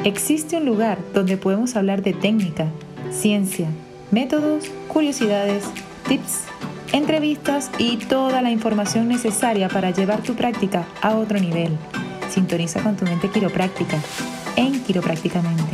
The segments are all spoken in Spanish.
Existe un lugar donde podemos hablar de técnica, ciencia, métodos, curiosidades, tips, entrevistas y toda la información necesaria para llevar tu práctica a otro nivel. Sintoniza con tu mente quiropráctica en Quiroprácticamente.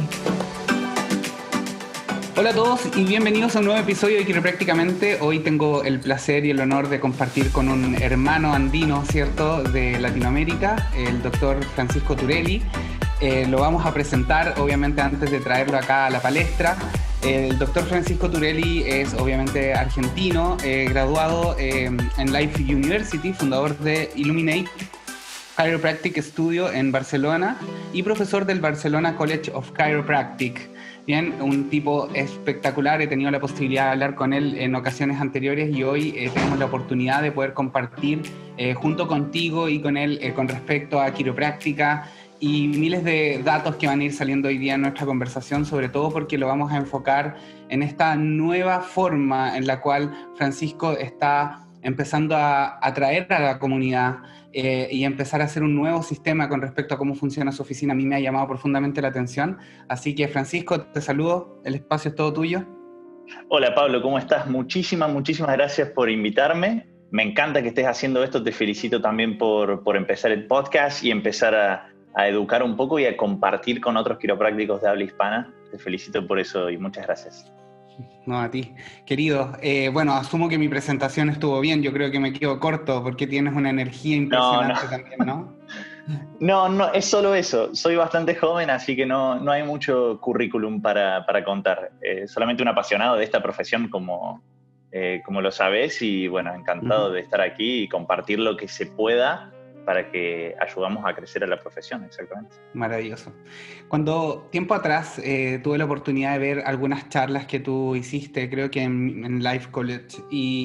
Hola a todos y bienvenidos a un nuevo episodio de Quiroprácticamente. Hoy tengo el placer y el honor de compartir con un hermano andino, ¿cierto?, de Latinoamérica, el doctor Francisco Turelli. Lo vamos a presentar, obviamente, antes de traerlo acá a la palestra. El doctor Francisco Turelli es, obviamente, argentino, graduado en Life University, fundador de Illuminate Chiropractic Studio en Barcelona y profesor del Barcelona College of Chiropractic. Bien, un tipo espectacular. He tenido la posibilidad de hablar con él en ocasiones anteriores y hoy tenemos la oportunidad de poder compartir junto contigo y con él con respecto a quiropráctica y miles de datos que van a ir saliendo hoy día en nuestra conversación, sobre todo porque lo vamos a enfocar en esta nueva forma en la cual Francisco está empezando a atraer a la comunidad y empezar a hacer un nuevo sistema con respecto a cómo funciona su oficina. A mí me ha llamado profundamente la atención. Así que, Francisco, te saludo. El espacio es todo tuyo. Hola, Pablo, ¿cómo estás? Muchísimas gracias por invitarme. Me encanta que estés haciendo esto. Te felicito también por empezar el podcast y empezar a educar un poco y a compartir con otros quiroprácticos de habla hispana. Te felicito por eso y muchas gracias. No, a ti. Querido, bueno, asumo que mi presentación estuvo bien. Yo creo que me quedo corto porque tienes una energía impresionante también, ¿no? No, es solo eso. Soy bastante joven, así que no hay mucho currículum para contar. Solamente un apasionado de esta profesión como lo sabes y, bueno, encantado de estar aquí y compartir lo que se pueda para que ayudamos a crecer a la profesión, exactamente. Maravilloso. Cuando tiempo atrás tuve la oportunidad de ver algunas charlas que tú hiciste, creo que en Life College,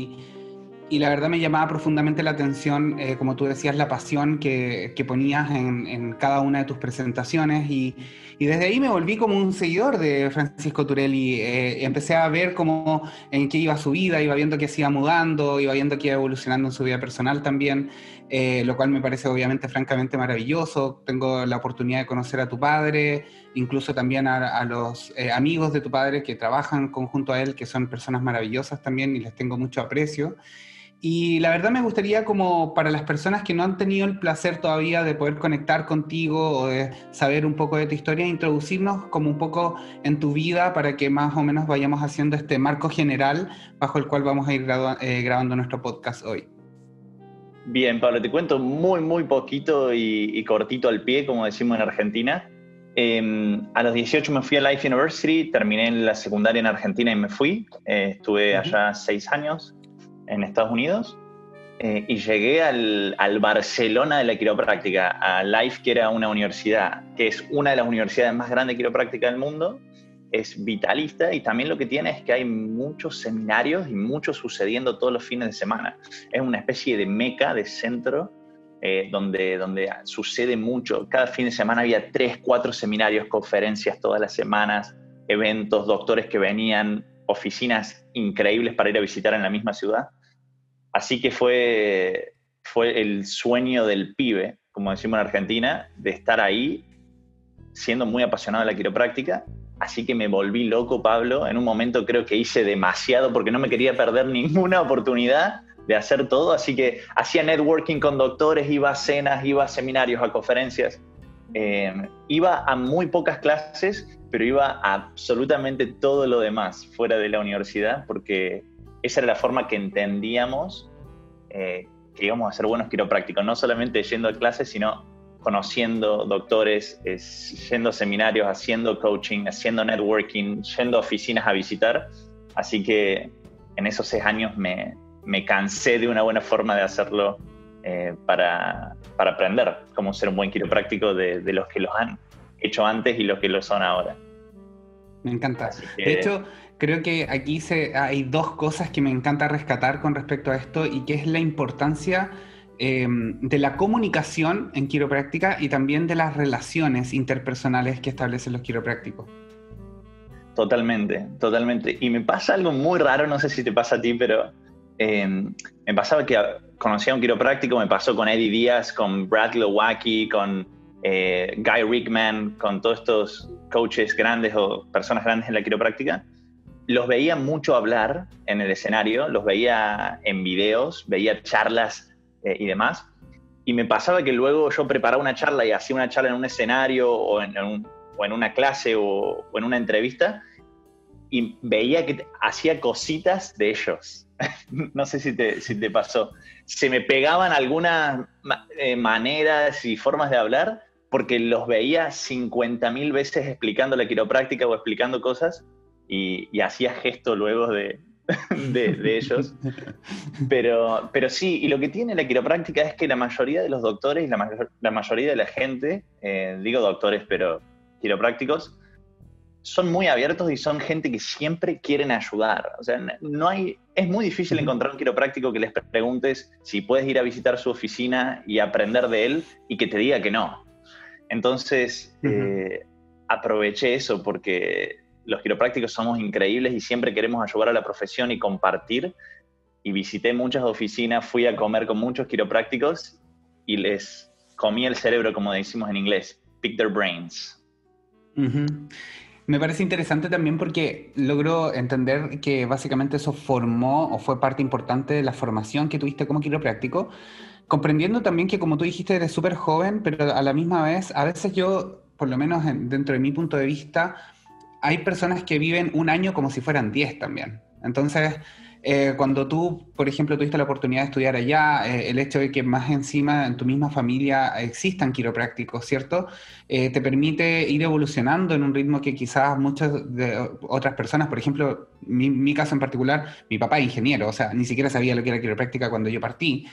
y la verdad me llamaba profundamente la atención, como tú decías, la pasión que ponías en cada una de tus presentaciones y desde ahí me volví como un seguidor de Francisco Turelli. Empecé a ver cómo, en qué iba su vida, iba viendo que se iba mudando, iba viendo que iba evolucionando en su vida personal también, lo cual me parece obviamente francamente maravilloso. Tengo la oportunidad de conocer a tu padre, incluso también a los amigos de tu padre que trabajan conjunto a él, que son personas maravillosas también y les tengo mucho aprecio. Y la verdad me gustaría, como para las personas que no han tenido el placer todavía de poder conectar contigo o de saber un poco de tu historia, introducirnos como un poco en tu vida para que más o menos vayamos haciendo este marco general bajo el cual vamos a ir grabando nuestro podcast hoy. Bien, Pablo, te cuento muy poquito y cortito al pie, como decimos en Argentina. A los 18 me fui a Life University, terminé la secundaria en Argentina y me fui. Estuve allá 6 años en Estados Unidos y llegué al Barcelona de la quiropráctica, a Life, que era una universidad, que es una de las universidades más grandes de quiropráctica del mundo, es vitalista y también lo que tiene es que hay muchos seminarios y mucho sucediendo todos los fines de semana. Es una especie de meca, de centro, donde sucede mucho. Cada fin de semana había 3-4 seminarios, conferencias todas las semanas, eventos, doctores que venían, oficinas increíbles para ir a visitar en la misma ciudad. Así que fue el sueño del pibe, como decimos en Argentina, de estar ahí siendo muy apasionado de la quiropráctica. Así que me volví loco, Pablo. En un momento creo que hice demasiado porque no me quería perder ninguna oportunidad de hacer todo. Así que hacía networking con doctores, iba a cenas, iba a seminarios, a conferencias. Iba a muy pocas clases, pero iba a absolutamente todo lo demás fuera de la universidad, porque esa era la forma que entendíamos que íbamos a ser buenos quiroprácticos, no solamente yendo a clases, sino conociendo doctores, yendo a seminarios, haciendo coaching, haciendo networking, yendo a oficinas a visitar. Así que en esos 6 años me cansé de una buena forma de hacerlo para aprender cómo ser un buen quiropráctico de los que los han hecho antes y los que lo son ahora. Me encanta. De hecho, creo que aquí hay 2 cosas que me encanta rescatar con respecto a esto, y que es la importancia de la comunicación en quiropráctica y también de las relaciones interpersonales que establecen los quiroprácticos. Totalmente. Y me pasa algo muy raro, no sé si te pasa a ti, pero me pasaba que conocía a un quiropráctico, me pasó con Eddie Díaz, con Brad Glowacki, con Guy Rickman, con todos estos coaches grandes o personas grandes en la quiropráctica, los veía mucho hablar en el escenario, los veía en videos, veía charlas y demás, y me pasaba que luego yo preparaba una charla y hacía una charla en un escenario o en una clase o en una entrevista, y veía que hacía cositas de ellos. No sé si te pasó. Se me pegaban algunas maneras y formas de hablar porque los veía 50.000 veces explicando la quiropráctica o explicando cosas y hacía gesto luego de ellos. Pero sí, y lo que tiene la quiropráctica es que la mayoría de los doctores y la mayoría de la gente, digo doctores, pero quiroprácticos, son muy abiertos y son gente que siempre quieren ayudar. O sea, es muy difícil encontrar un quiropráctico que les preguntes si puedes ir a visitar su oficina y aprender de él y que te diga que no. Entonces, aproveché eso porque los quiroprácticos somos increíbles y siempre queremos ayudar a la profesión y compartir. Y visité muchas oficinas, fui a comer con muchos quiroprácticos y les comí el cerebro, como decimos en inglés, pick their brains. Me parece interesante también porque logro entender que básicamente eso formó o fue parte importante de la formación que tuviste como quiropráctico, comprendiendo también que, como tú dijiste, eres súper joven, pero a la misma vez, a veces yo, por lo menos dentro de mi punto de vista, hay personas que viven un año como si fueran 10 también. Entonces, cuando tú, por ejemplo, tuviste la oportunidad de estudiar allá, el hecho de que más encima en tu misma familia existan quiroprácticos, ¿cierto? Te permite ir evolucionando en un ritmo que quizás muchas de otras personas, por ejemplo, mi caso en particular, mi papá es ingeniero, o sea, ni siquiera sabía lo que era quiropráctica cuando yo partí.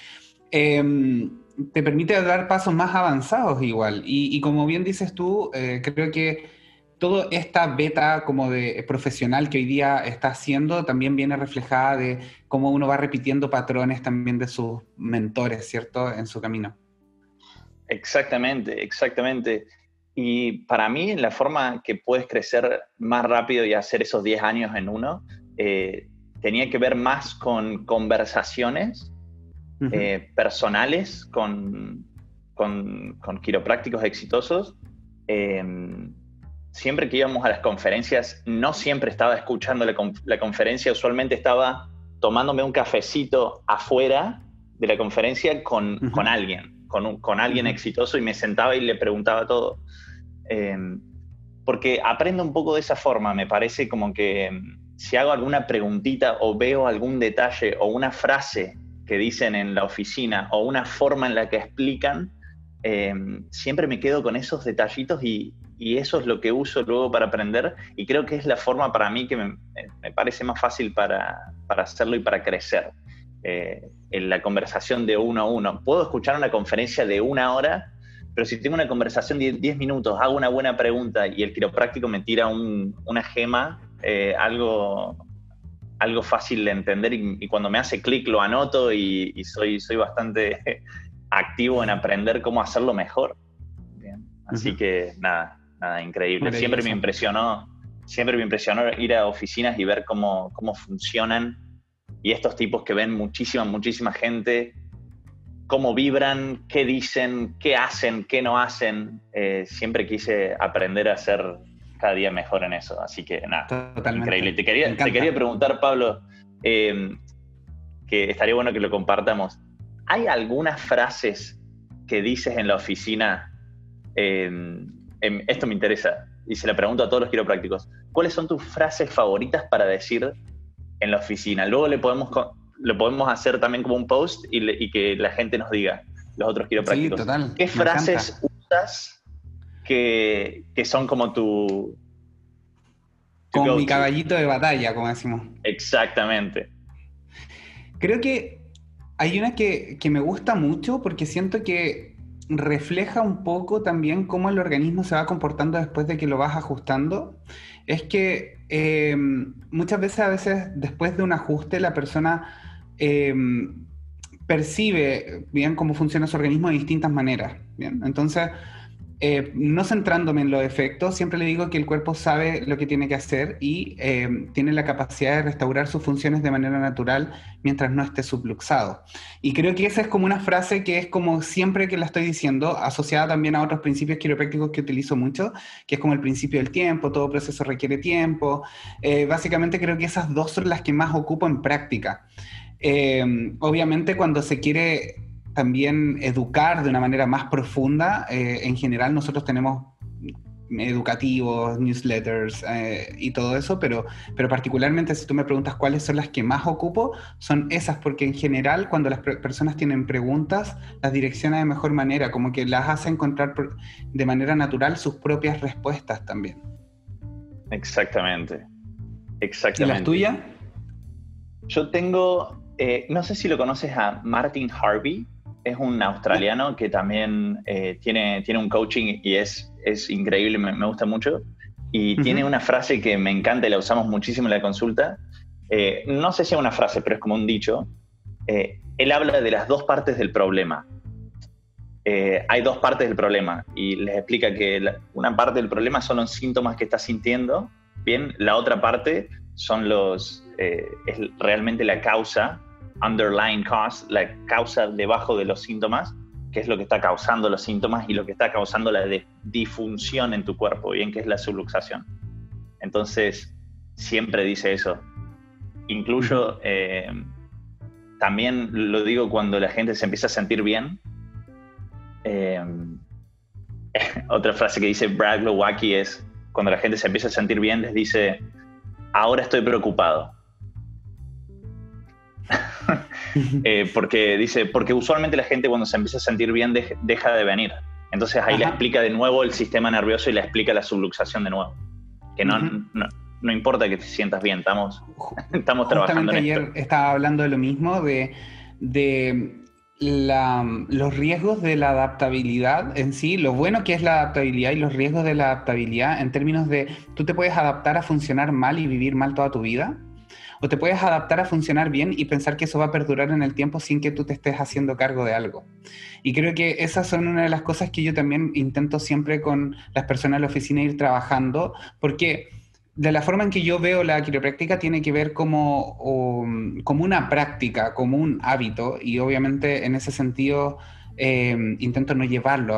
Te permite dar pasos más avanzados igual. Y como bien dices tú, creo que toda esta beta como de profesional que hoy día está haciendo también viene reflejada de cómo uno va repitiendo patrones también de sus mentores, ¿cierto? En su camino. Exactamente, exactamente. Y para mí la forma que puedes crecer más rápido y hacer esos 10 años en uno, tenía que ver más con conversaciones personales con quiroprácticos exitosos. Siempre que íbamos a las conferencias, no siempre estaba escuchando la conferencia, usualmente estaba tomándome un cafecito afuera de la conferencia con alguien, con alguien exitoso, y me sentaba y le preguntaba todo. Porque aprendo un poco de esa forma, me parece como que si hago alguna preguntita o veo algún detalle o una frase que dicen en la oficina o una forma en la que explican, siempre me quedo con esos detallitos y eso es lo que uso luego para aprender, y creo que es la forma para mí que me parece más fácil para hacerlo y para crecer. En la conversación de uno a uno. Puedo escuchar una conferencia de 1 hora, pero si tengo una conversación de 10 minutos, hago una buena pregunta y el quiropráctico me tira una gema, algo fácil de entender, y cuando me hace clic lo anoto y soy bastante activo en aprender cómo hacerlo mejor. Bien. Así que nada, increíble. Siempre me impresionó ir a oficinas y ver cómo funcionan, y estos tipos que ven muchísima gente, cómo vibran, qué dicen, qué hacen, qué no hacen. Siempre quise aprender a ser cada día mejor en eso. Así que nada, totalmente. Increíble. Te quería preguntar, Pablo, que estaría bueno que lo compartamos. ¿Hay algunas frases que dices en la oficina? Esto me interesa y se la pregunto a todos los quiroprácticos. ¿Cuáles son tus frases favoritas para decir en la oficina? Luego lo podemos hacer también como un post y que la gente nos diga, los otros quiroprácticos. Sí, total. ¿Qué frases usas que son como tu como mi caballito de batalla, como decimos? Exactamente. Creo que hay una que me gusta mucho porque siento que refleja un poco también cómo el organismo se va comportando después de que lo vas ajustando. Es que muchas veces después de un ajuste la persona percibe bien cómo funciona su organismo de distintas maneras. ¿Bien? Entonces, no centrándome en los efectos, siempre le digo que el cuerpo sabe lo que tiene que hacer y tiene la capacidad de restaurar sus funciones de manera natural mientras no esté subluxado. Y creo que esa es como una frase que es como siempre que la estoy diciendo, asociada también a otros principios quiroprácticos que utilizo mucho, que es como el principio del tiempo, todo proceso requiere tiempo. Básicamente creo que esas dos son las que más ocupo en práctica. Obviamente cuando se quiere también educar de una manera más profunda, en general nosotros tenemos educativos, newsletters y todo eso, pero particularmente si tú me preguntas cuáles son las que más ocupo, son esas, porque en general cuando las personas tienen preguntas, las direcciona de mejor manera, como que las hace encontrar de manera natural sus propias respuestas también. Exactamente. ¿Y las tuyas? Yo tengo, no sé si lo conoces a Martin Harvey. Es un australiano que también tiene un coaching y es increíble, me gusta mucho. Y tiene una frase que me encanta y la usamos muchísimo en la consulta. No sé si es una frase, pero es como un dicho. Él habla de las dos partes del problema. Hay dos partes del problema y les explica que una parte del problema son los síntomas que estás sintiendo. Bien, la otra parte son es realmente la causa, underlying cause, la causa debajo de los síntomas, que es lo que está causando los síntomas y lo que está causando la disfunción en tu cuerpo, bien, que es la subluxación. Entonces, siempre dice eso. Incluyo, también lo digo cuando la gente se empieza a sentir bien. Otra frase que dice Brad Glowacki es, cuando la gente se empieza a sentir bien, les dice, ahora estoy preocupado. Porque usualmente la gente cuando se empieza a sentir bien deja de venir. Entonces ahí le explica de nuevo el sistema nervioso y le explica la subluxación de nuevo. Que no importa que te sientas bien, estamos trabajando en esto. Ayer estaba hablando de lo mismo, de los riesgos de la adaptabilidad en sí, lo bueno que es la adaptabilidad y los riesgos de la adaptabilidad en términos de tú te puedes adaptar a funcionar mal y vivir mal toda tu vida, o te puedes adaptar a funcionar bien y pensar que eso va a perdurar en el tiempo sin que tú te estés haciendo cargo de algo. Y creo que esas son una de las cosas que yo también intento siempre con las personas en la oficina ir trabajando, porque de la forma en que yo veo la quiropráctica tiene que ver como una práctica, como un hábito, y obviamente en ese sentido intento no llevarlo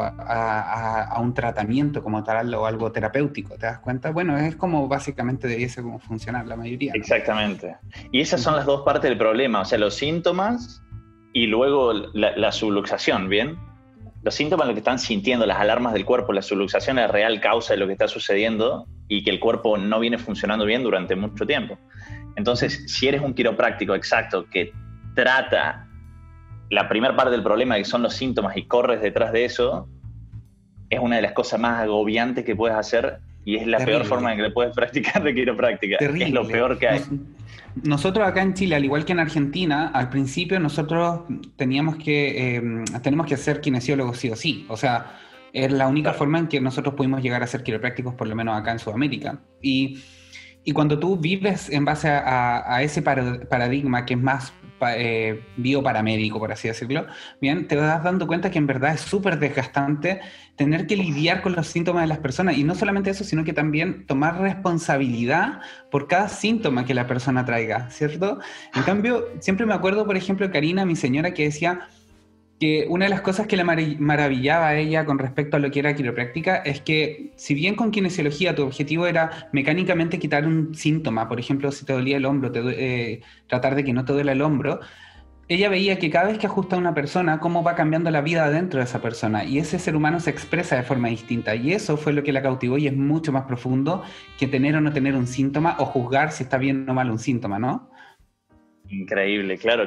a un tratamiento como tal o algo terapéutico, ¿te das cuenta? Bueno, es como básicamente debiese como funcionar la mayoría, ¿no? Exactamente. Y esas son las dos partes del problema, o sea, los síntomas y luego la subluxación, ¿bien? Los síntomas, lo que están sintiendo, las alarmas del cuerpo, la subluxación es la real causa de lo que está sucediendo y que el cuerpo no viene funcionando bien durante mucho tiempo. Entonces, si eres un quiropráctico exacto que trata la primera parte del problema, que son los síntomas, y corres detrás de eso, es una de las cosas más agobiantes que puedes hacer y es la peor forma en que le puedes practicar de quiropráctica. Terrible. Es lo peor que hay. Nosotros acá en Chile, al igual que en Argentina, al principio nosotros tenemos que ser kinesiólogos sí o sí. O sea, es la única forma en que nosotros pudimos llegar a ser quiroprácticos, por lo menos acá en Sudamérica. Y cuando tú vives en base a ese paradigma que es más bioparamédico, por así decirlo, bien, te vas dando cuenta que en verdad es súper desgastante tener que lidiar con los síntomas de las personas, y no solamente eso, sino que también tomar responsabilidad por cada síntoma que la persona traiga, ¿cierto? En cambio, siempre me acuerdo, por ejemplo, de Karina, mi señora, que decía que una de las cosas que le maravillaba a ella con respecto a lo que era quiropráctica es que, si bien con kinesiología tu objetivo era mecánicamente quitar un síntoma, por ejemplo, si te dolía el hombro, tratar de que no te duela el hombro, ella veía que cada vez que ajusta a una persona, cómo va cambiando la vida dentro de esa persona, y ese ser humano se expresa de forma distinta, y eso fue lo que la cautivó, y es mucho más profundo que tener o no tener un síntoma, o juzgar si está bien o mal un síntoma, ¿no? Increíble, claro.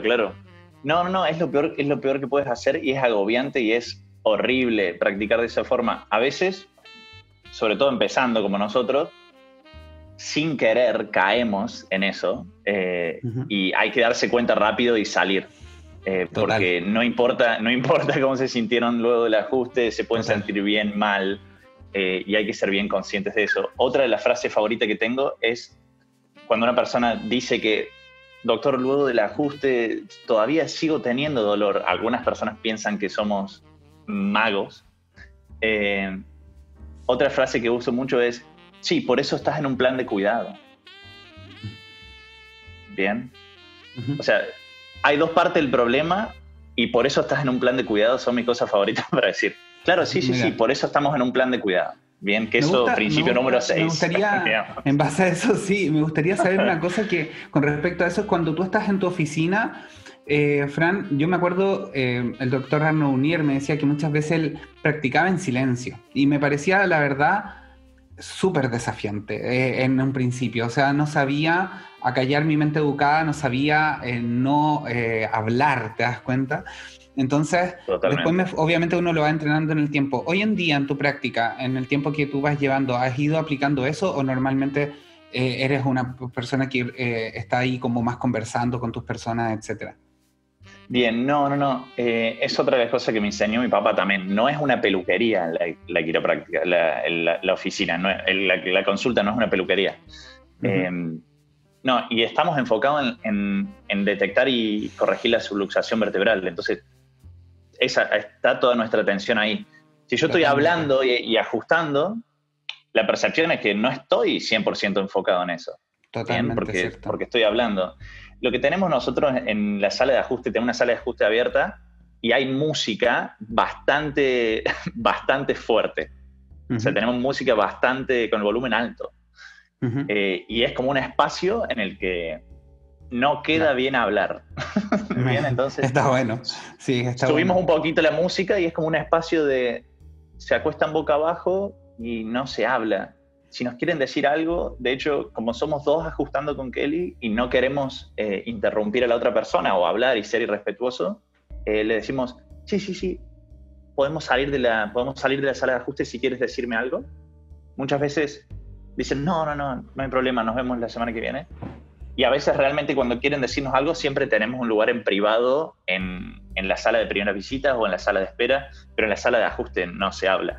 No, es lo peor que puedes hacer, y es agobiante y es horrible practicar de esa forma. A veces, sobre todo empezando como nosotros, sin querer caemos en eso, y hay que darse cuenta rápido y salir. Porque no importa cómo se sintieron luego del ajuste, se pueden sentir bien, mal, y hay que ser bien conscientes de eso. Otra de las frases favoritas que tengo es cuando una persona dice que doctor, luego del ajuste todavía sigo teniendo dolor. Algunas personas piensan que somos magos. Otra frase que uso mucho es, sí, por eso estás en un plan de cuidado. Bien. O sea, hay dos partes del problema y por eso estás en un plan de cuidado, son mis cosas favoritas para decir. Claro, sí, por eso estamos en un plan de cuidado. Bien, que eso, principio número 6. Me gustaría, en base a eso, sí, me gustaría saber una cosa que con respecto a eso, cuando tú estás en tu oficina, Fran, yo me acuerdo, el doctor Arno Unier me decía que muchas veces él practicaba en silencio y me parecía, la verdad, súper desafiante en un principio. O sea, no sabía acallar mi mente educada, no sabía no hablar, ¿te das cuenta? Entonces, después obviamente uno lo va entrenando en el tiempo. Hoy en día, en tu práctica, en el tiempo que tú vas llevando, ¿has ido aplicando eso o normalmente eres una persona que está ahí como más conversando con tus personas, etcétera? Bien, no. Es otra de las cosas que me enseñó mi papá también. No es una peluquería la quiropráctica, la oficina, no es, la consulta no es una peluquería. No, y estamos enfocados en detectar y corregir la subluxación vertebral. Entonces, está toda nuestra atención ahí. Si yo estoy hablando y ajustando, la percepción es que no estoy 100% enfocado en eso. Totalmente, ¿bien? Porque estoy hablando. Lo que tenemos nosotros en la sala de ajuste, tenemos una sala de ajuste abierta y hay música bastante fuerte. O sea, tenemos música bastante con el volumen alto. Y es como un espacio en el que no queda bien hablar. Bien, entonces está bueno. Sí, está subimos bueno. un poquito la música y es como un espacio de se acuestan boca abajo y no se habla. Si nos quieren decir algo, de hecho, como somos dos ajustando con Kelly y no queremos interrumpir a la otra persona o hablar y ser irrespetuoso, le decimos, sí, podemos salir de la sala de ajuste si quieres decirme algo. Muchas veces dicen, no hay problema, nos vemos la semana que viene. Y a veces realmente cuando quieren decirnos algo siempre tenemos un lugar en privado en la sala de primeras visitas o en la sala de espera, pero en la sala de ajuste no se habla.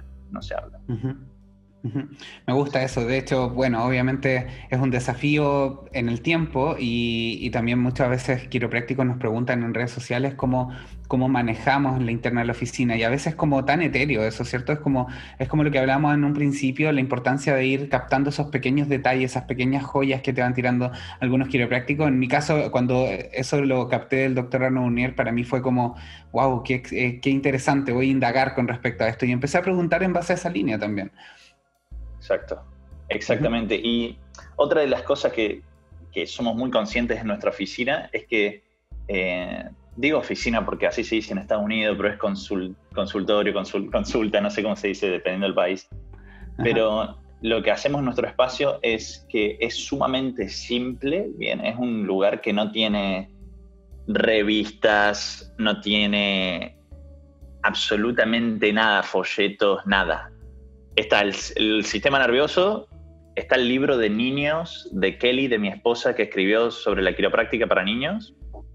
Me gusta eso. De hecho, bueno, obviamente es un desafío en el tiempo y también muchas veces quiroprácticos nos preguntan en redes sociales cómo manejamos la interna de la oficina y a veces como tan etéreo eso, ¿cierto? Es como lo que hablábamos en un principio, la importancia de ir captando esos pequeños detalles, esas pequeñas joyas que te van tirando algunos quiroprácticos. En mi caso, cuando eso lo capté del doctor Arno Unier, para mí fue como, wow, qué interesante, voy a indagar con respecto a esto y empecé a preguntar en base a esa línea también. Exactamente. Y otra de las cosas que somos muy conscientes en nuestra oficina es que, digo oficina porque así se dice en Estados Unidos, pero es consultorio, consulta, no sé cómo se dice dependiendo del país. Pero lo que hacemos en nuestro espacio es que es sumamente simple, bien, es un lugar que no tiene revistas, no tiene absolutamente nada, folletos, nada. Está el sistema nervioso, está el libro de niños de Kelly, de mi esposa, que escribió sobre la quiropráctica para niños.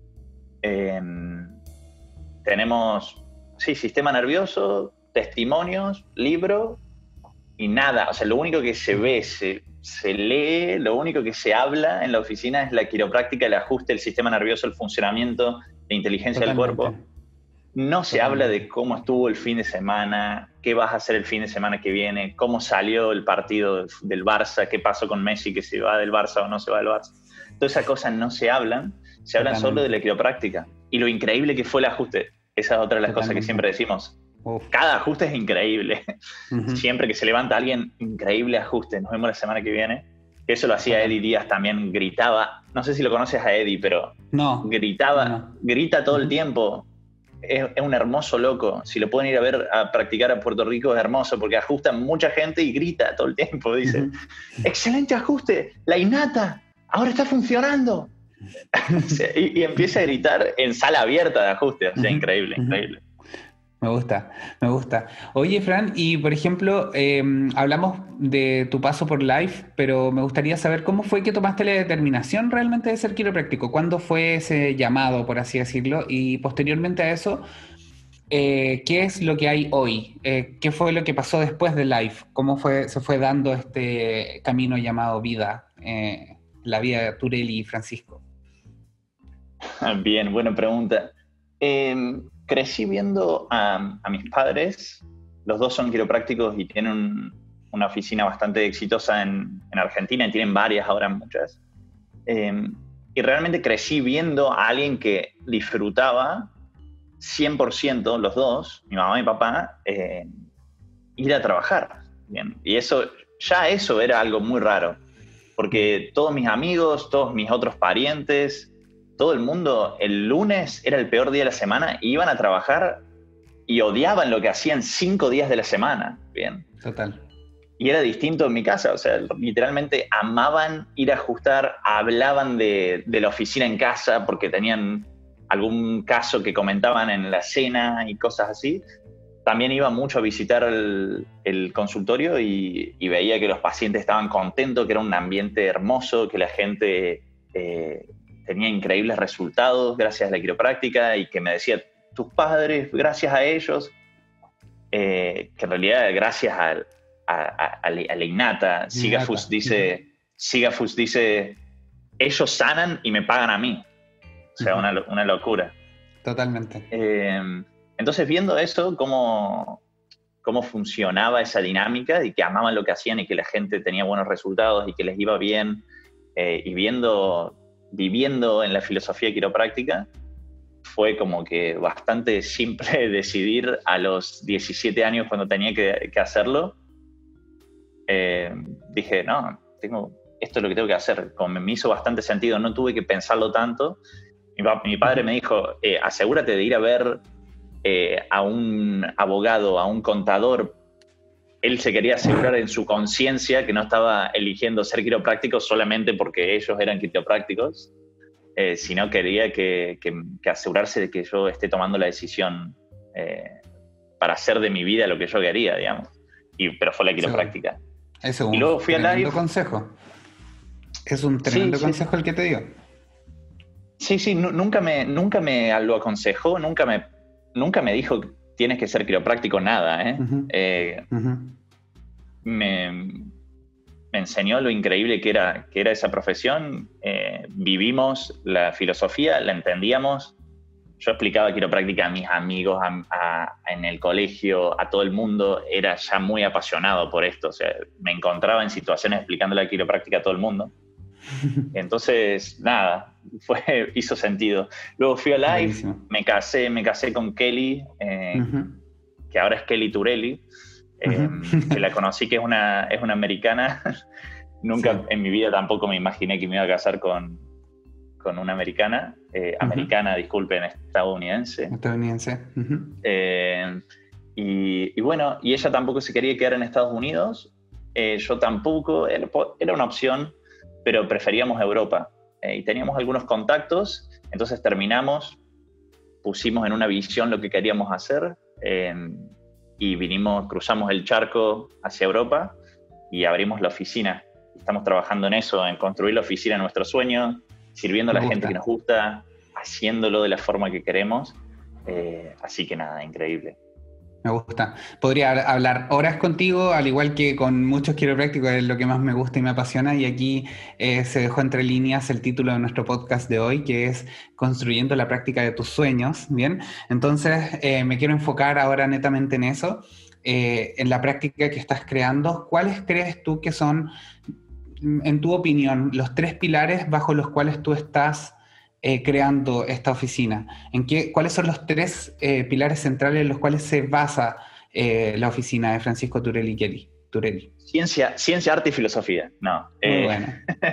Tenemos, sistema nervioso, testimonios, libro y nada. O sea, lo único que se ve, se lee, lo único que se habla en la oficina es la quiropráctica, el ajuste del sistema nervioso, el funcionamiento, la inteligencia del cuerpo. No se habla de cómo estuvo el fin de semana, qué vas a hacer el fin de semana que viene, cómo salió el partido del Barça, qué pasó con Messi, que se va del Barça o no se va del Barça. Todas esas cosas no se hablan, se hablan solo de la quiropráctica. Y lo increíble que fue el ajuste, esa es otra de las cosas que siempre decimos. Cada ajuste es increíble. Siempre que se levanta alguien, increíble ajuste, nos vemos la semana que viene. Eso lo hacía Eddie Díaz también, gritaba, no sé si lo conoces a Eddie, pero grita todo el tiempo. Es un hermoso loco. Si lo pueden ir a ver a practicar a Puerto Rico, es hermoso porque ajusta mucha gente y grita todo el tiempo. Dice, excelente ajuste, la innata, ahora está funcionando. y empieza a gritar en sala abierta de ajuste. O sea, increíble. Me gusta. Oye, Fran, y por ejemplo, hablamos de tu paso por Life, pero me gustaría saber cómo fue que tomaste la determinación realmente de ser quiropráctico. ¿Cuándo fue ese llamado, por así decirlo? Y posteriormente a eso, ¿qué es lo que hay hoy? ¿Qué fue lo que pasó después de Life? ¿Cómo se fue dando este camino llamado vida, la vida de Turelli y Francisco? Bien, buena pregunta. Crecí viendo a mis padres, los dos son quiroprácticos y tienen una oficina bastante exitosa en Argentina, y tienen varias ahora, muchas. Y realmente crecí viendo a alguien que disfrutaba 100% los dos, mi mamá y mi papá, ir a trabajar. Bien. Y eso era algo muy raro, porque todos mis amigos, todos mis otros parientes, todo el mundo, el lunes era el peor día de la semana, y iban a trabajar y odiaban lo que hacían 5 días de la semana. Bien. Total. Y era distinto en mi casa, o sea, literalmente amaban ir a ajustar, hablaban de la oficina en casa porque tenían algún caso que comentaban en la cena y cosas así. También iba mucho a visitar el consultorio y veía que los pacientes estaban contentos, que era un ambiente hermoso, que la gente tenía increíbles resultados gracias a la quiropráctica, y que me decía, tus padres, gracias a ellos, que en realidad gracias a la innata. Sigafus dice, ellos sanan y me pagan a mí. O sea, una locura. Totalmente. Entonces, viendo eso, cómo funcionaba esa dinámica, y que amaban lo que hacían y que la gente tenía buenos resultados y que les iba bien, y viviendo en la filosofía quiropráctica, fue como que bastante simple decidir a los 17 años, cuando tenía que hacerlo. Dije, no, esto es lo que tengo que hacer. Como me hizo bastante sentido, no tuve que pensarlo tanto. Mi padre me dijo, asegúrate de ir a ver a un abogado, a un contador. Él se quería asegurar en su conciencia que no estaba eligiendo ser quiropráctico solamente porque ellos eran quiroprácticos, sino quería que asegurarse de que yo esté tomando la decisión para hacer de mi vida lo que yo quería, digamos. Pero fue la quiropráctica. Eso es y luego fui un tremendo Life. Consejo. Es un tremendo consejo el que te dio. Sí, nunca me lo aconsejó, nunca me dijo tienes que ser quiropráctico, nada. Me enseñó lo increíble que era esa profesión. Vivimos la filosofía, la entendíamos. Yo explicaba quiropráctica a mis amigos, en el colegio, a todo el mundo. Era ya muy apasionado por esto. O sea, me encontraba en situaciones explicando la quiropráctica a todo el mundo. Entonces, nada, hizo sentido. Luego fui a Life, me casé con Kelly, que ahora es Kelly Turelli, que la conocí, que es una americana. Nunca en mi vida tampoco me imaginé que me iba a casar con una americana. Americana, disculpen, estadounidense. Y bueno, y ella tampoco se quería quedar en Estados Unidos. Yo tampoco, era una opción, pero preferíamos Europa. Y teníamos algunos contactos, entonces pusimos en una visión lo que queríamos hacer, y cruzamos el charco hacia Europa y abrimos la oficina. Estamos trabajando en eso, en construir la oficina de nuestro sueño, sirviendo a la gente que nos gusta, haciéndolo de la forma que queremos. Así que nada, increíble. Me gusta. Podría hablar horas contigo, al igual que con muchos quiroprácticos, es lo que más me gusta y me apasiona, y aquí se dejó entre líneas el título de nuestro podcast de hoy, que es Construyendo la práctica de tus sueños, ¿bien? Entonces, me quiero enfocar ahora netamente en eso, en la práctica que estás creando. ¿Cuáles crees tú que son, en tu opinión, los 3 pilares bajo los cuales tú estás creando esta oficina? ¿Cuáles son los 3 pilares centrales en los cuales se basa la oficina de Francisco Turelli Turelli? Ciencia, arte y filosofía. No. Muy bueno.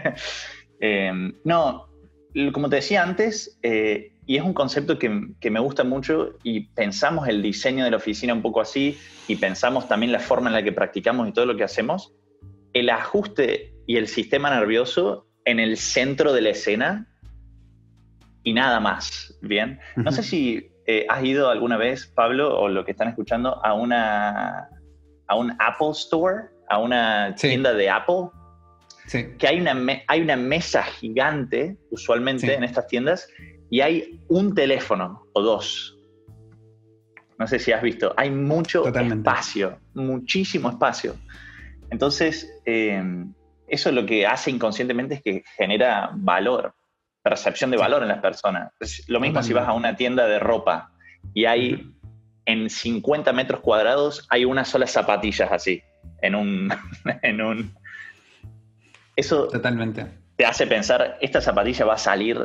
No, como te decía antes, y es un concepto que me gusta mucho, y pensamos el diseño de la oficina un poco así, y pensamos también la forma en la que practicamos y todo lo que hacemos, el ajuste y el sistema nervioso en el centro de la escena, y nada más, ¿bien? No sé si has ido alguna vez, Pablo, o lo que están escuchando, a un Apple Store, a una tienda de Apple, que hay una mesa gigante, usualmente en estas tiendas, y hay un teléfono o 2. No sé si has visto, hay mucho espacio, muchísimo espacio. Entonces, eso lo que hace inconscientemente es que genera valor, percepción de valor en las personas. Es lo mismo si vas a una tienda de ropa y hay en 50 metros cuadrados hay unas solas zapatillas así. en un... Eso Totalmente. te hace pensar, esta zapatilla va a salir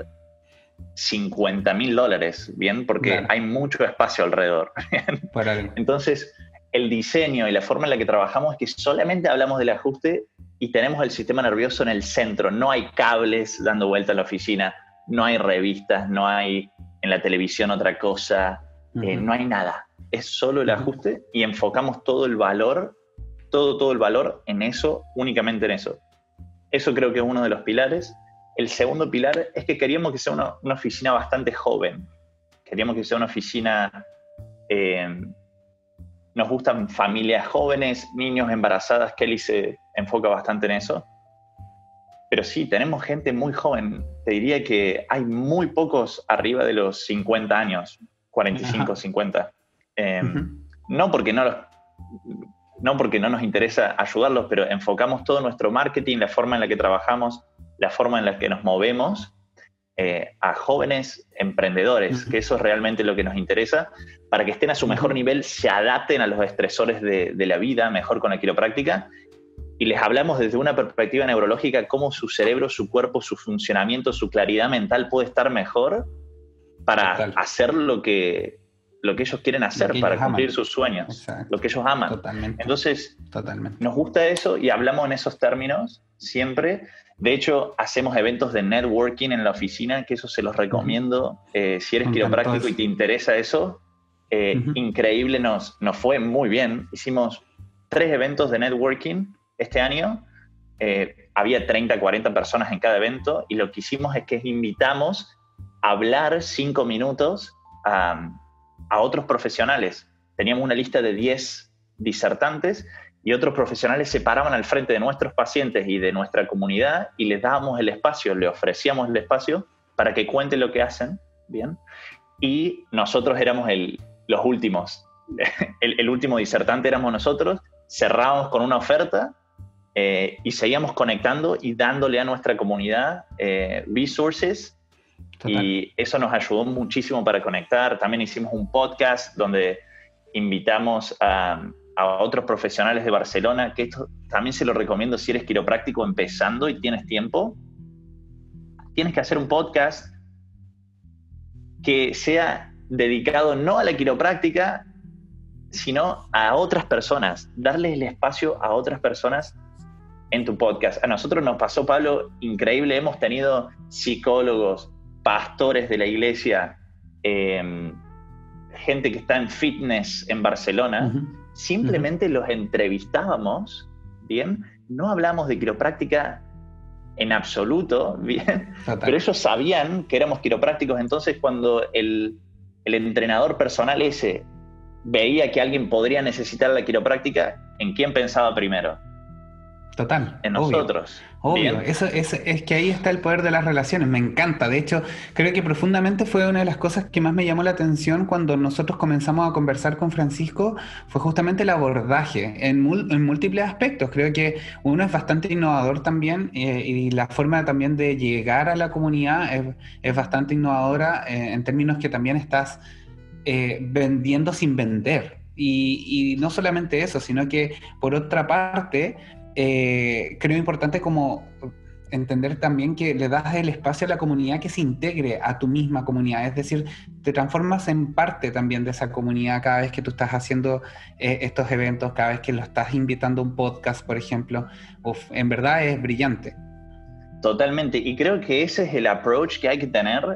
$50,000, ¿bien? Porque claro, hay mucho espacio alrededor, ¿bien? por algo. Entonces, el diseño y la forma en la que trabajamos es que solamente hablamos del ajuste y tenemos el sistema nervioso en el centro. No hay cables dando vuelta a la oficina, no hay revistas, no hay en la televisión otra cosa, no hay nada. Es solo el ajuste y enfocamos todo el valor, todo el valor en eso, únicamente en eso. Eso creo que es uno de los pilares. El segundo pilar es que queríamos que sea una oficina bastante joven. Queríamos que sea una oficina... nos gustan familias jóvenes, niños, embarazadas. Kelly se enfoca bastante en eso. Pero sí, tenemos gente muy joven. Te diría que hay muy pocos arriba de los 50 años, 45, 50. No porque no nos interesa ayudarlos, pero enfocamos todo nuestro marketing, la forma en la que trabajamos, la forma en la que nos movemos a jóvenes emprendedores, que eso es realmente lo que nos interesa, para que estén a su mejor nivel, se adapten a los estresores de la vida mejor con la quiropráctica, y les hablamos desde una perspectiva neurológica cómo su cerebro, su cuerpo, su funcionamiento, su claridad mental puede estar mejor para hacer lo que ellos quieren hacer, para cumplir sus sueños. Exacto. Lo que ellos aman. Totalmente. Entonces, nos gusta eso y hablamos en esos términos siempre. De hecho, hacemos eventos de networking en la oficina, que eso se los recomiendo. Si eres quiropráctico y te interesa eso, increíble, nos fue muy bien. Hicimos 3 eventos de networking este año. Había 30, 40 personas en cada evento, y lo que hicimos es que invitamos a hablar 5 minutos a otros profesionales. Teníamos una lista de 10 disertantes y otros profesionales se paraban al frente de nuestros pacientes y de nuestra comunidad y les dábamos el espacio, le ofrecíamos el espacio para que cuenten lo que hacen, ¿bien? Y nosotros éramos los últimos. El último disertante éramos nosotros, cerrábamos con una oferta y seguíamos conectando y dándole a nuestra comunidad resources. Total. Y eso nos ayudó muchísimo para conectar. También hicimos un podcast donde invitamos a otros profesionales de Barcelona, que esto también se lo recomiendo si eres quiropráctico empezando y tienes tiempo. Tienes que hacer un podcast que sea dedicado no a la quiropráctica, sino a otras personas. Darles el espacio a otras personas en tu podcast. A nosotros nos pasó, Pablo, increíble. Hemos tenido psicólogos, pastores de la iglesia, gente que está en fitness en Barcelona, simplemente los entrevistábamos, ¿bien? No hablamos de quiropráctica en absoluto, ¿bien? Pero ellos sabían que éramos quiroprácticos, entonces cuando el entrenador personal ese veía que alguien podría necesitar la quiropráctica, ¿en quién pensaba primero? Total. En nosotros. Obvio. Eso es que ahí está el poder de las relaciones. Me encanta. De hecho, creo que profundamente fue una de las cosas que más me llamó la atención cuando nosotros comenzamos a conversar con Francisco, fue justamente el abordaje en múltiples aspectos. Creo que uno es bastante innovador también y la forma también de llegar a la comunidad es bastante innovadora en términos que también estás vendiendo sin vender. Y no solamente eso, sino que por otra parte... creo importante como entender también que le das el espacio a la comunidad que se integre a tu misma comunidad, es decir, te transformas en parte también de esa comunidad cada vez que tú estás haciendo estos eventos, cada vez que lo estás invitando a un podcast, por ejemplo. En verdad es brillante. Totalmente, y creo que ese es el approach que hay que tener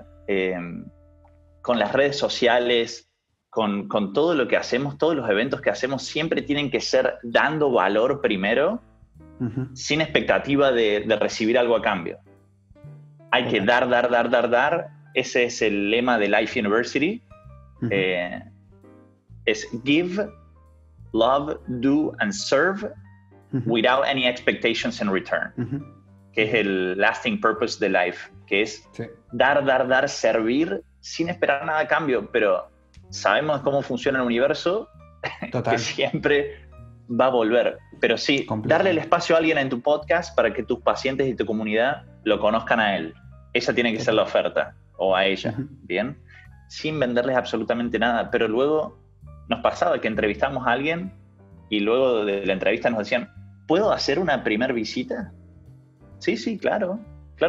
con las redes sociales, con todo lo que hacemos, todos los eventos que hacemos siempre tienen que ser dando valor primero, sin expectativa de recibir algo a cambio. Hay que dar. Ese es el lema de Life University. Es give, love, do and serve without any expectations in return. Que es el lasting purpose de Life, que es dar, servir sin esperar nada a cambio, pero sabemos cómo funciona el universo, que siempre va a volver. Pero sí, darle el espacio a alguien en tu podcast para que tus pacientes y tu comunidad lo conozcan a él. Esa tiene que ser la oferta, o a ella, ¿bien? Sin venderles absolutamente nada. Pero luego nos pasaba que entrevistamos a alguien y luego de la entrevista nos decían, ¿puedo hacer una primer visita? Sí, claro.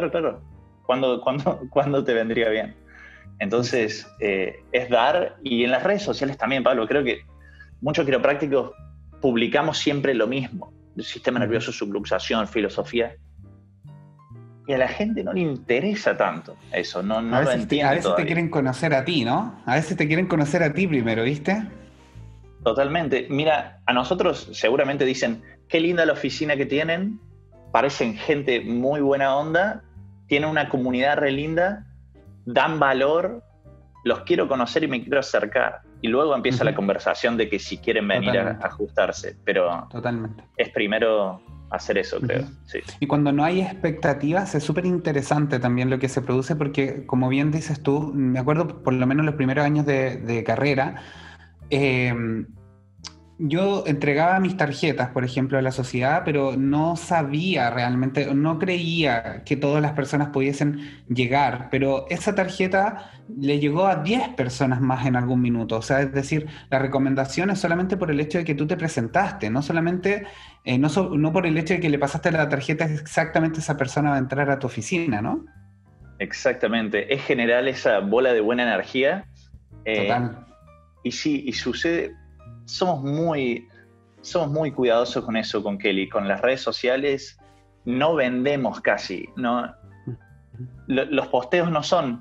¿Cuándo te vendría bien? Entonces, es dar, y en las redes sociales también, Pablo, creo que muchos quiroprácticos publicamos siempre lo mismo, el sistema nervioso, subluxación, filosofía, y a la gente no le interesa tanto eso, no lo entiende. A veces todavía. te quieren conocer a ti, ¿no? A veces te quieren conocer a ti primero, ¿viste? Totalmente. Mira, a nosotros seguramente dicen, qué linda la oficina que tienen, parecen gente muy buena onda, tienen una comunidad re linda, dan valor, los quiero conocer y me quiero acercar. Y luego empieza la conversación de que si quieren venir a ajustarse. Pero es primero hacer eso, creo. Sí. Y cuando no hay expectativas, es súper interesante también lo que se produce, porque como bien dices tú, me acuerdo por lo menos los primeros años de carrera, yo entregaba mis tarjetas, por ejemplo, a la sociedad, pero no sabía realmente, no creía que todas las personas pudiesen llegar, pero esa tarjeta le llegó a 10 personas más en algún minuto. O sea, es decir, la recomendación es solamente por el hecho de que tú te presentaste, no solamente, no por el hecho de que le pasaste la tarjeta exactamente esa persona va a entrar a tu oficina, ¿no? Exactamente, es general esa bola de buena energía. Total. Y sí, y sucede... Somos muy cuidadosos con eso, con Kelly. Con las redes sociales no vendemos casi. No, los posteos no son,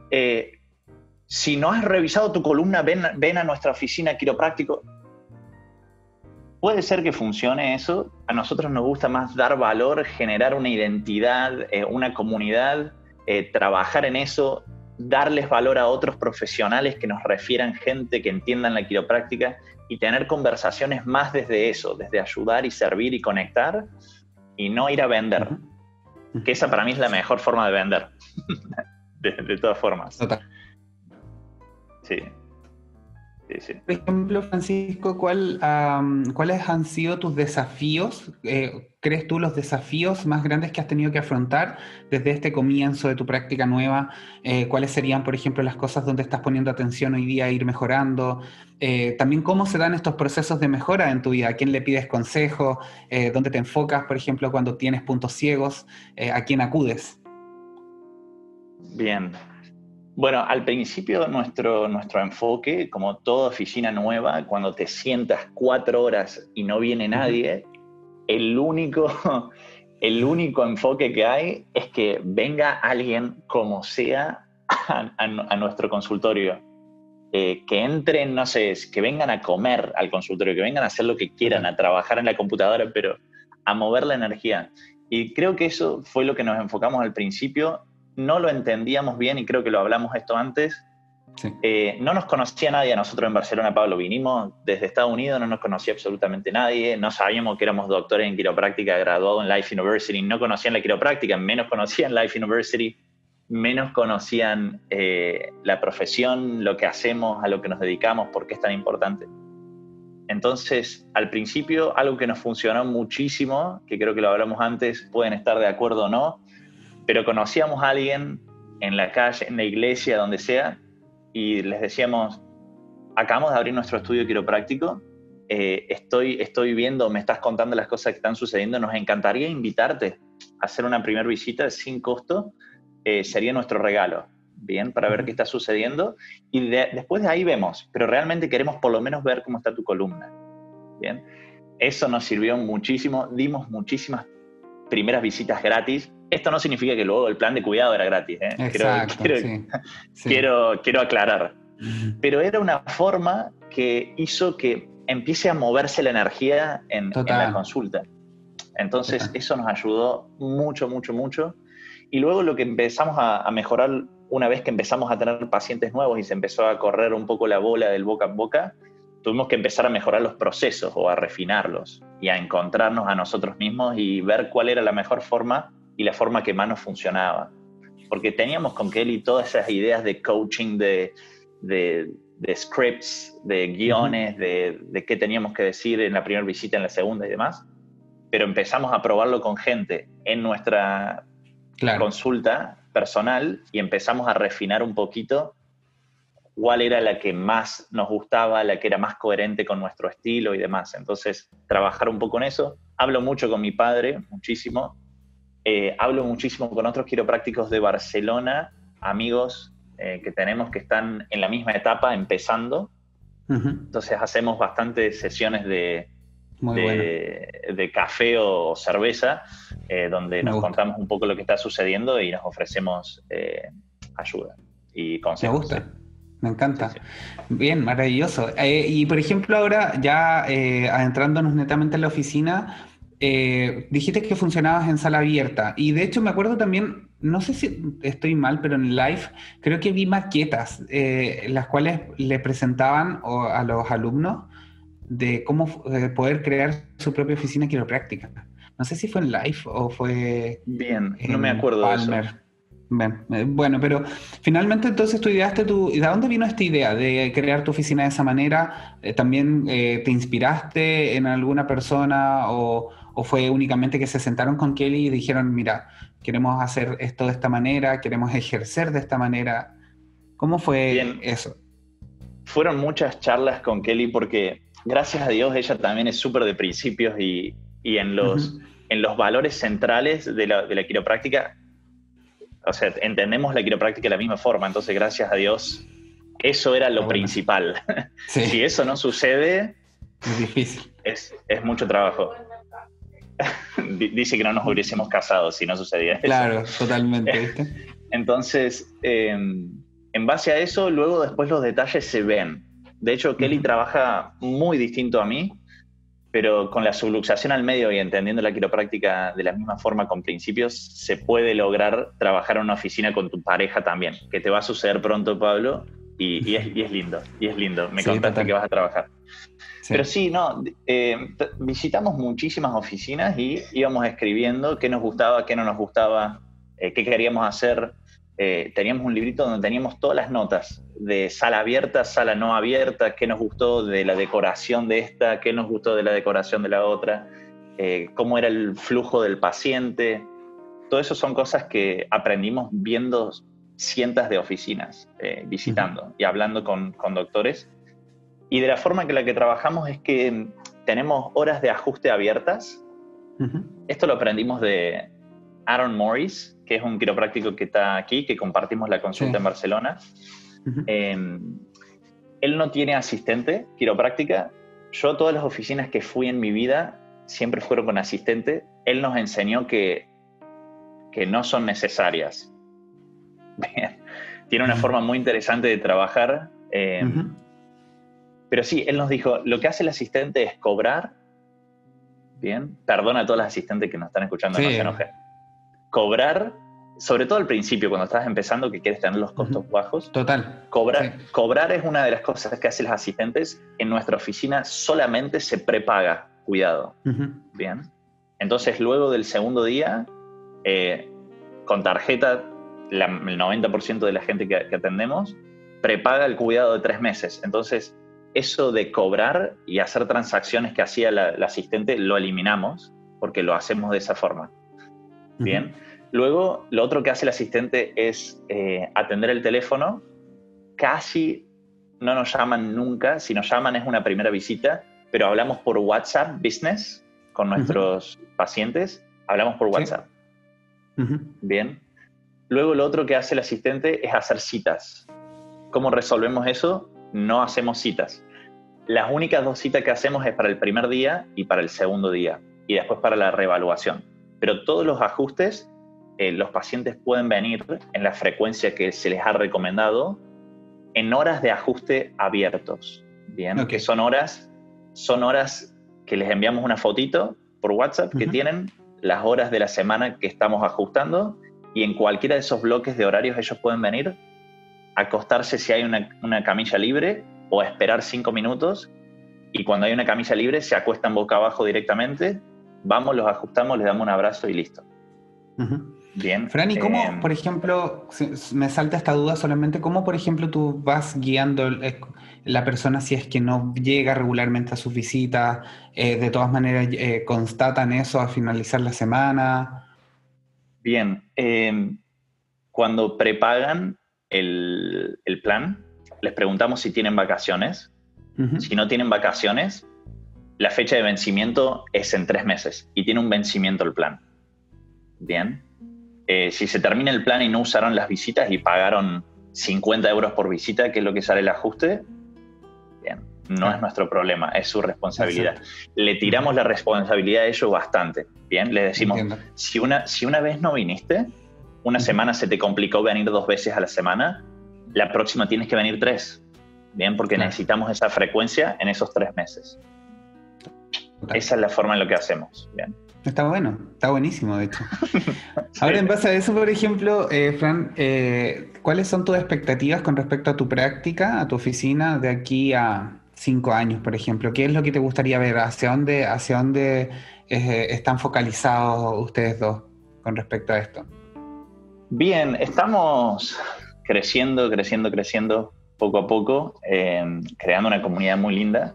si no has revisado tu columna, ven a nuestra oficina quiropráctico. Puede ser que funcione eso. A nosotros nos gusta más dar valor, generar una identidad, una comunidad, trabajar en eso, darles valor a otros profesionales que nos refieran gente que entiendan la quiropráctica y tener conversaciones más desde eso, desde ayudar y servir y conectar y no ir a vender. Que esa para mí es la mejor forma de vender, de todas formas. Total. Sí. Por ejemplo, Francisco, ¿cuáles han sido tus desafíos? ¿Crees tú los desafíos más grandes que has tenido que afrontar desde este comienzo de tu práctica nueva? ¿Cuáles serían, por ejemplo, las cosas donde estás poniendo atención hoy día a ir mejorando? También, ¿cómo se dan estos procesos de mejora en tu vida? ¿A quién le pides consejo? ¿Dónde te enfocas, por ejemplo, cuando tienes puntos ciegos? ¿A quién acudes? Bien. Bueno, al principio nuestro enfoque, como toda oficina nueva, cuando te sientas 4 horas y no viene nadie, el único enfoque que hay es que venga alguien como sea a nuestro consultorio. Que entren, no sé, que vengan a comer al consultorio, que vengan a hacer lo que quieran, a trabajar en la computadora, pero a mover la energía. Y creo que eso fue lo que nos enfocamos al principio. No lo entendíamos bien y creo que lo hablamos esto antes. Sí. No nos conocía nadie a nosotros en Barcelona, Pablo. Vinimos desde Estados Unidos, no nos conocía absolutamente nadie. No sabíamos que éramos doctores en quiropráctica, graduados en Life University. No conocían la quiropráctica, menos conocían Life University, menos conocían la profesión, lo que hacemos, a lo que nos dedicamos, por qué es tan importante. Entonces, al principio, algo que nos funcionó muchísimo, que creo que lo hablamos antes, pueden estar de acuerdo o no, pero conocíamos a alguien en la calle, en la iglesia, donde sea, y les decíamos, acabamos de abrir nuestro estudio quiropráctico, estoy viendo, me estás contando las cosas que están sucediendo, nos encantaría invitarte a hacer una primera visita sin costo, sería nuestro regalo, ¿bien? Para ver qué está sucediendo, y después de ahí vemos, pero realmente queremos por lo menos ver cómo está tu columna, ¿bien? Eso nos sirvió muchísimo, dimos muchísimas primeras visitas gratis. Esto no significa que luego el plan de cuidado era gratis, ¿eh? Exacto, quiero aclarar. Pero era una forma que hizo que empiece a moverse la energía en la consulta. Entonces, eso nos ayudó mucho, mucho, mucho. Y luego lo que empezamos a mejorar, una vez que empezamos a tener pacientes nuevos y se empezó a correr un poco la bola del boca en boca, tuvimos que empezar a mejorar los procesos o a refinarlos y a encontrarnos a nosotros mismos y ver cuál era la mejor forma y la forma que más nos funcionaba. Porque teníamos con Kelly todas esas ideas de coaching, de scripts, de guiones, de qué teníamos que decir en la primera visita, en la segunda y demás, pero empezamos a probarlo con gente en nuestra consulta personal y empezamos a refinar un poquito cuál era la que más nos gustaba, la que era más coherente con nuestro estilo y demás. Entonces, trabajar un poco en eso. Hablo mucho con mi padre, muchísimo. Hablo muchísimo con otros quiroprácticos de Barcelona, amigos que tenemos que están en la misma etapa, empezando. Entonces hacemos bastantes sesiones de café o cerveza, donde nos contamos un poco lo que está sucediendo y nos ofrecemos ayuda y consejos. Me gusta. Me encanta. Sí, sí. Bien, maravilloso. Y por ejemplo, ahora ya adentrándonos netamente en la oficina, dijiste que funcionabas en sala abierta. Y de hecho me acuerdo también, no sé si estoy mal, pero en live creo que vi maquetas, las cuales le presentaban a los alumnos de cómo poder crear su propia oficina quiropráctica. No sé si fue en live o fue bien, no me acuerdo Palmer. De eso. Bueno, pero finalmente entonces tú ideaste ¿y de dónde vino esta idea de crear tu oficina de esa manera? ¿También te inspiraste en alguna persona o fue únicamente que se sentaron con Kelly y dijeron, mira, queremos hacer esto de esta manera, queremos ejercer de esta manera? ¿Cómo fue eso? Fueron muchas charlas con Kelly porque, gracias a Dios, ella también es súper de principios y en los valores centrales de la quiropráctica. O sea, entendemos la quiropráctica de la misma forma, entonces gracias a Dios eso era lo principal. Sí. Si eso no sucede, es difícil. Es mucho trabajo. Dice que no nos hubiésemos casado si no sucedía eso. Claro, totalmente, ¿viste? Entonces, en base a eso, luego después los detalles se ven. De hecho, Kelly trabaja muy distinto a mí, pero con la subluxación al medio y entendiendo la quiropráctica de la misma forma con principios, se puede lograr trabajar en una oficina con tu pareja también, que te va a suceder pronto, Pablo, y es lindo, Me contaste que vas a trabajar. Sí. Pero sí, visitamos muchísimas oficinas y íbamos escribiendo qué nos gustaba, qué no nos gustaba, qué queríamos hacer. Teníamos un librito donde teníamos todas las notas de sala abierta, sala no abierta, qué nos gustó de la decoración de esta, qué nos gustó de la decoración de la otra, cómo era el flujo del paciente. Todo eso son cosas que aprendimos viendo cientos de oficinas, visitando y hablando con doctores. Y de la forma en la que trabajamos es que tenemos horas de ajuste abiertas. Esto lo aprendimos de Aaron Morris, que es un quiropráctico que está aquí, que compartimos la consulta en Barcelona. Él no tiene asistente quiropráctica. Yo a todas las oficinas que fui en mi vida siempre fueron con asistente. Él nos enseñó que no son necesarias. Bien. Tiene una forma muy interesante de trabajar. Pero sí, él nos dijo, lo que hace el asistente es cobrar. Bien, perdona a todos los asistentes que nos están escuchando, no se enojen. Cobrar, sobre todo al principio, cuando estás empezando, que quieres tener los costos bajos. Total. Cobrar es una de las cosas que hacen los asistentes. En nuestra oficina solamente se prepaga, cuidado. Bien. Entonces, luego del segundo día, con tarjeta, el 90% de la gente que atendemos prepaga el cuidado de 3 meses. Entonces, eso de cobrar y hacer transacciones que hacía la asistente lo eliminamos porque lo hacemos de esa forma. Bien. Luego, lo otro que hace el asistente es atender el teléfono. Casi no nos llaman nunca. Si nos llaman es una primera visita, pero hablamos por WhatsApp Business con nuestros pacientes. Hablamos por WhatsApp. Bien. Luego, lo otro que hace el asistente es hacer citas. ¿Cómo resolvemos eso? No hacemos citas. Las únicas 2 citas que hacemos es para el primer día y para el segundo día, y después para la reevaluación. Pero todos los ajustes, los pacientes pueden venir en la frecuencia que se les ha recomendado en horas de ajuste abiertos. Bien, que son horas que les enviamos una fotito por WhatsApp que tienen las horas de la semana que estamos ajustando, y en cualquiera de esos bloques de horarios ellos pueden venir, acostarse si hay una camilla libre o esperar 5 minutos, y cuando hay una camilla libre se acuestan boca abajo directamente, vamos, los ajustamos, les damos un abrazo y listo. Bien. Fran, ¿y cómo, por ejemplo, me salta esta duda solamente, cómo, por ejemplo, tú vas guiando la persona si es que no llega regularmente a sus visitas, de todas maneras constatan eso al finalizar la semana? Bien. Cuando prepagan el plan, les preguntamos si tienen vacaciones. Uh-huh. Si no tienen vacaciones, la fecha de vencimiento es en 3 meses y tiene un vencimiento el plan. Bien. Si se termina el plan y no usaron las visitas y pagaron 50 euros por visita, que es lo que sale el ajuste, bien, no es nuestro problema, es su responsabilidad. Exacto. Le tiramos la responsabilidad a ellos bastante. Bien, les decimos, si una vez no viniste, una semana se te complicó venir 2 veces a la semana, la próxima tienes que venir 3. Bien, porque necesitamos esa frecuencia en esos 3 meses. Esa es la forma en la que hacemos. Bien. Está bueno, está buenísimo, de hecho. Ahora, en base a eso, por ejemplo, Fran, ¿cuáles son tus expectativas con respecto a tu práctica, a tu oficina, de aquí a 5 años, por ejemplo? ¿Qué es lo que te gustaría ver? ¿Hacia dónde están focalizados ustedes dos con respecto a esto? Bien, estamos creciendo poco a poco, creando una comunidad muy linda.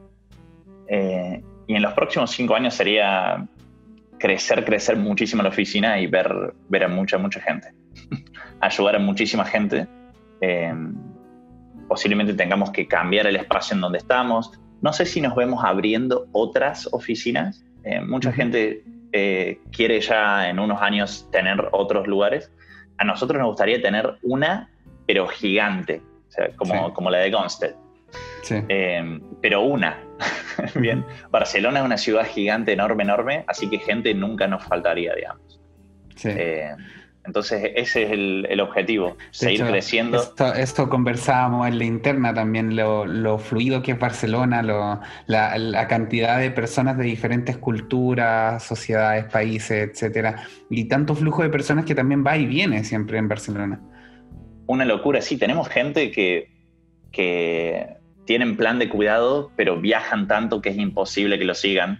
Y en los próximos 5 años sería crecer muchísimo la oficina y ver a mucha gente. Ayudar a muchísima gente. Posiblemente tengamos que cambiar el espacio en donde estamos. No sé si nos vemos abriendo otras oficinas. Mucha gente quiere ya en unos años tener otros lugares. A nosotros nos gustaría tener una, pero gigante, o sea, como la de Gonstead. Sí. Pero una. Bien. Barcelona es una ciudad gigante, enorme, así que gente nunca nos faltaría, digamos. Sí. Entonces ese es el objetivo, seguir creciendo. Esto conversábamos en la interna también, lo fluido que es Barcelona, la cantidad de personas de diferentes culturas, sociedades, países, etcétera, y tanto flujo de personas que también va y viene siempre en Barcelona. Una locura, sí, tenemos gente que tienen plan de cuidado, pero viajan tanto que es imposible que lo sigan.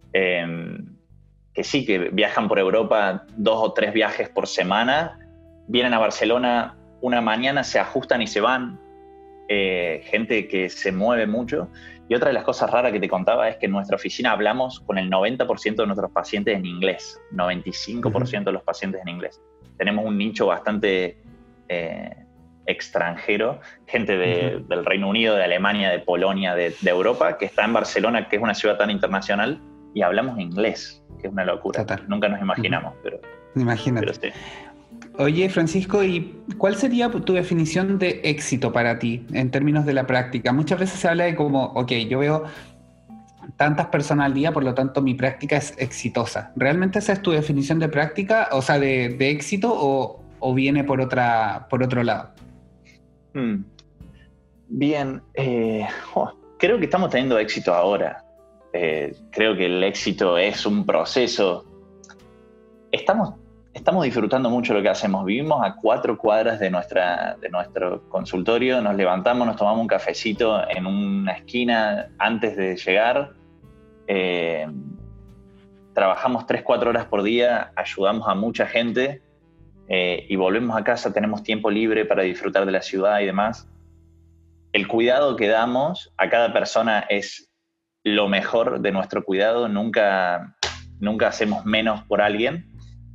Que sí, que viajan por Europa 2 o 3 viajes por semana, vienen a Barcelona una mañana, se ajustan y se van. Gente que se mueve mucho. Y otra de las cosas raras que te contaba es que en nuestra oficina hablamos con el 90% de nuestros pacientes en inglés, 95% de los pacientes en inglés. Tenemos un nicho bastante extranjero, gente del Reino Unido, de Alemania, de Polonia, de Europa, que está en Barcelona, que es una ciudad tan internacional, y hablamos inglés, que es una locura. Total. Nunca nos imaginamos, pero... Imagínate. Pero sí. Oye, Francisco, ¿y cuál sería tu definición de éxito para ti en términos de la práctica? Muchas veces se habla de como, ok, yo veo tantas personas al día, por lo tanto mi práctica es exitosa. ¿Realmente esa es tu definición de práctica, o sea, de éxito, o viene por otro lado? Bien, creo que estamos teniendo éxito ahora. Creo que el éxito es un proceso. Estamos disfrutando mucho lo que hacemos. Vivimos a 4 cuadras de nuestro consultorio, nos levantamos, nos tomamos un cafecito en una esquina antes de llegar. Trabajamos 3-4 horas por día, ayudamos a mucha gente. Y volvemos a casa, tenemos tiempo libre para disfrutar de la ciudad y demás. El cuidado que damos a cada persona es lo mejor de nuestro cuidado, nunca hacemos menos por alguien.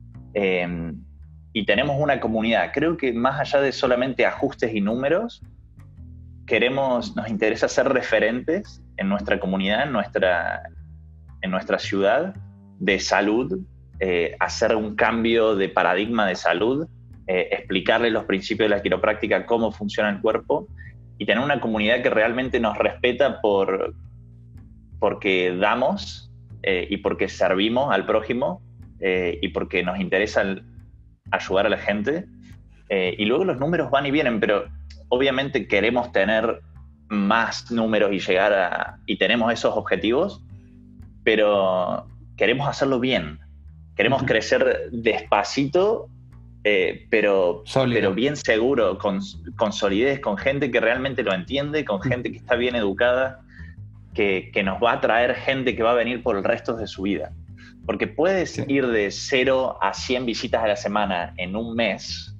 Y tenemos una comunidad. Creo que más allá de solamente ajustes y números, nos interesa ser referentes en nuestra comunidad, en nuestra ciudad de salud, hacer un cambio de paradigma de salud, explicarle los principios de la quiropráctica, cómo funciona el cuerpo, y tener una comunidad que realmente nos respeta porque damos y porque servimos al prójimo y porque nos interesa ayudar a la gente. Y luego los números van y vienen, pero obviamente queremos tener más números y y tenemos esos objetivos, pero queremos hacerlo bien. Queremos crecer despacito, pero bien seguro, con solidez, con gente que realmente lo entiende, con gente que está bien educada, que nos va a traer gente que va a venir por el resto de su vida. Porque puedes ir de 0 a 100 visitas a la semana en un mes,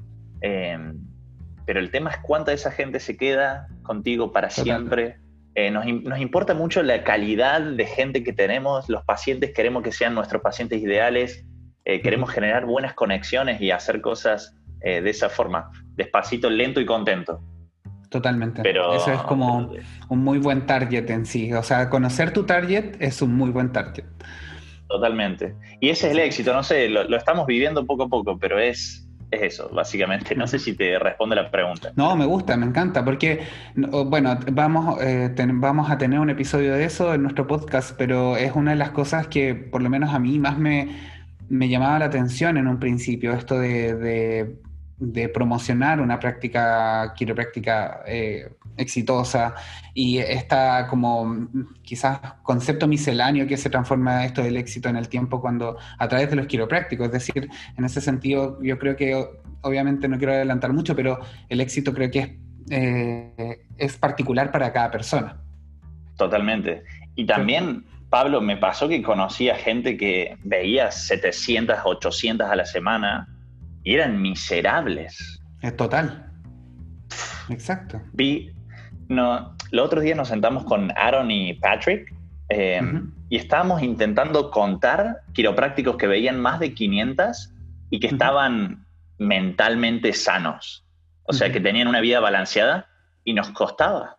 pero el tema es cuánta de esa gente se queda contigo para siempre. Nos importa mucho la calidad de gente que tenemos. Los pacientes queremos que sean nuestros pacientes ideales. Queremos generar buenas conexiones y hacer cosas de esa forma, despacito, lento y contento. Totalmente. Pero, Eso es como un muy buen target en sí. O sea, conocer tu target es un muy buen target. Totalmente. Y ese es el éxito, no sé, lo estamos viviendo poco a poco, pero es eso, básicamente. No sé si te responde la pregunta. No, me gusta, me encanta, porque, bueno, vamos a tener un episodio de eso en nuestro podcast, pero es una de las cosas que por lo menos a mí más me llamaba la atención en un principio, esto de promocionar una práctica quiropráctica exitosa y esta como quizás concepto misceláneo que se transforma esto del éxito en el tiempo cuando a través de los quiroprácticos. Es decir, en ese sentido yo creo que obviamente no quiero adelantar mucho, pero el éxito creo que es particular para cada persona. Totalmente. Y también, Pablo, me pasó que conocía gente que veía 700, 800 a la semana y eran miserables. Es total. Exacto. Los otros días nos sentamos con Aaron y Patrick y estábamos intentando contar quiroprácticos que veían más de 500 y que estaban mentalmente sanos. O sea, que tenían una vida balanceada y nos costaba.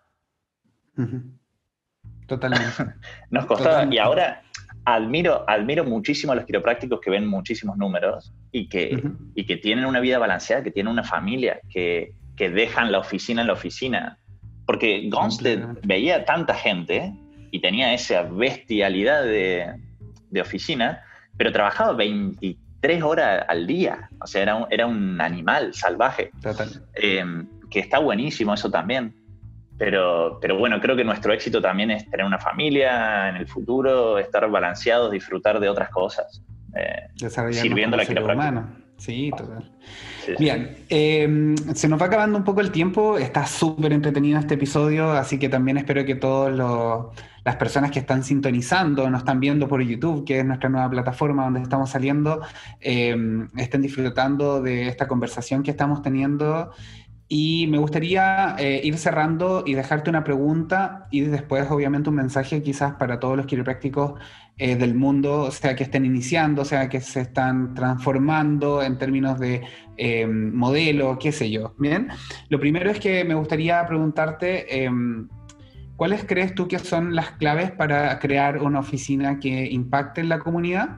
Totalmente. Nos costaba. Totalmente. Y ahora admiro muchísimo a los quiroprácticos que ven muchísimos números y que tienen una vida balanceada, que tienen una familia, que dejan la oficina en la oficina. Porque Gonstead veía tanta gente y tenía esa bestialidad de oficina, pero trabajaba 23 horas al día. O sea, era un animal salvaje. Que está buenísimo eso también. Pero bueno, creo que nuestro éxito también es tener una familia en el futuro, estar balanceados, disfrutar de otras cosas. Sirviendo a la quiropráctica. Sí, total. Sí. Bien, se nos va acabando un poco el tiempo, está súper entretenido este episodio, así que también espero que todas las personas que están sintonizando, nos están viendo por YouTube, que es nuestra nueva plataforma donde estamos saliendo, estén disfrutando de esta conversación que estamos teniendo. Y me gustaría ir cerrando y dejarte una pregunta y después obviamente un mensaje quizás para todos los quiroprácticos del mundo, sea que estén iniciando, sea que se están transformando en términos de modelo, qué sé yo. Bien, lo primero es que me gustaría preguntarte ¿cuáles crees tú que son las claves para crear una oficina que impacte en la comunidad?